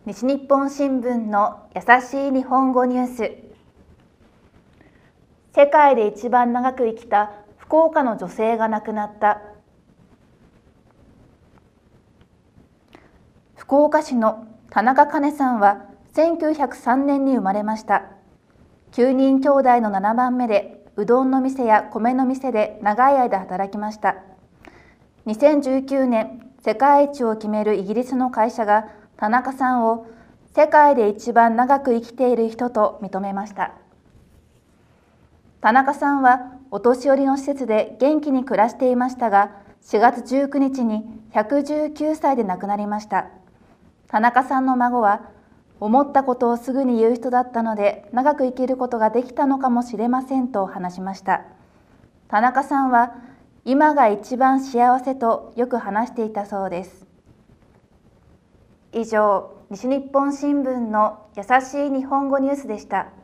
西日本新聞の優しい日本語ニュース。世界で一番長く生きた福岡の女性が亡くなった。福岡市の田中カ子さんは1903年に生まれました。9人兄弟の7番目で、うどんの店や米の店で長い間働きました。2019年、世界一を決めるイギリスの会社が田中さんを世界で一番長く生きている人と認めました。田中さんはお年寄りの施設で元気に暮らしていましたが、4月19日に119歳で亡くなりました。田中さんの孫は、思ったことをすぐに言う人だったので、長く生きることができたのかもしれませんと話しました。田中さんは、今が一番幸せとよく話していたそうです。以上、西日本新聞の優しい日本語ニュースでした。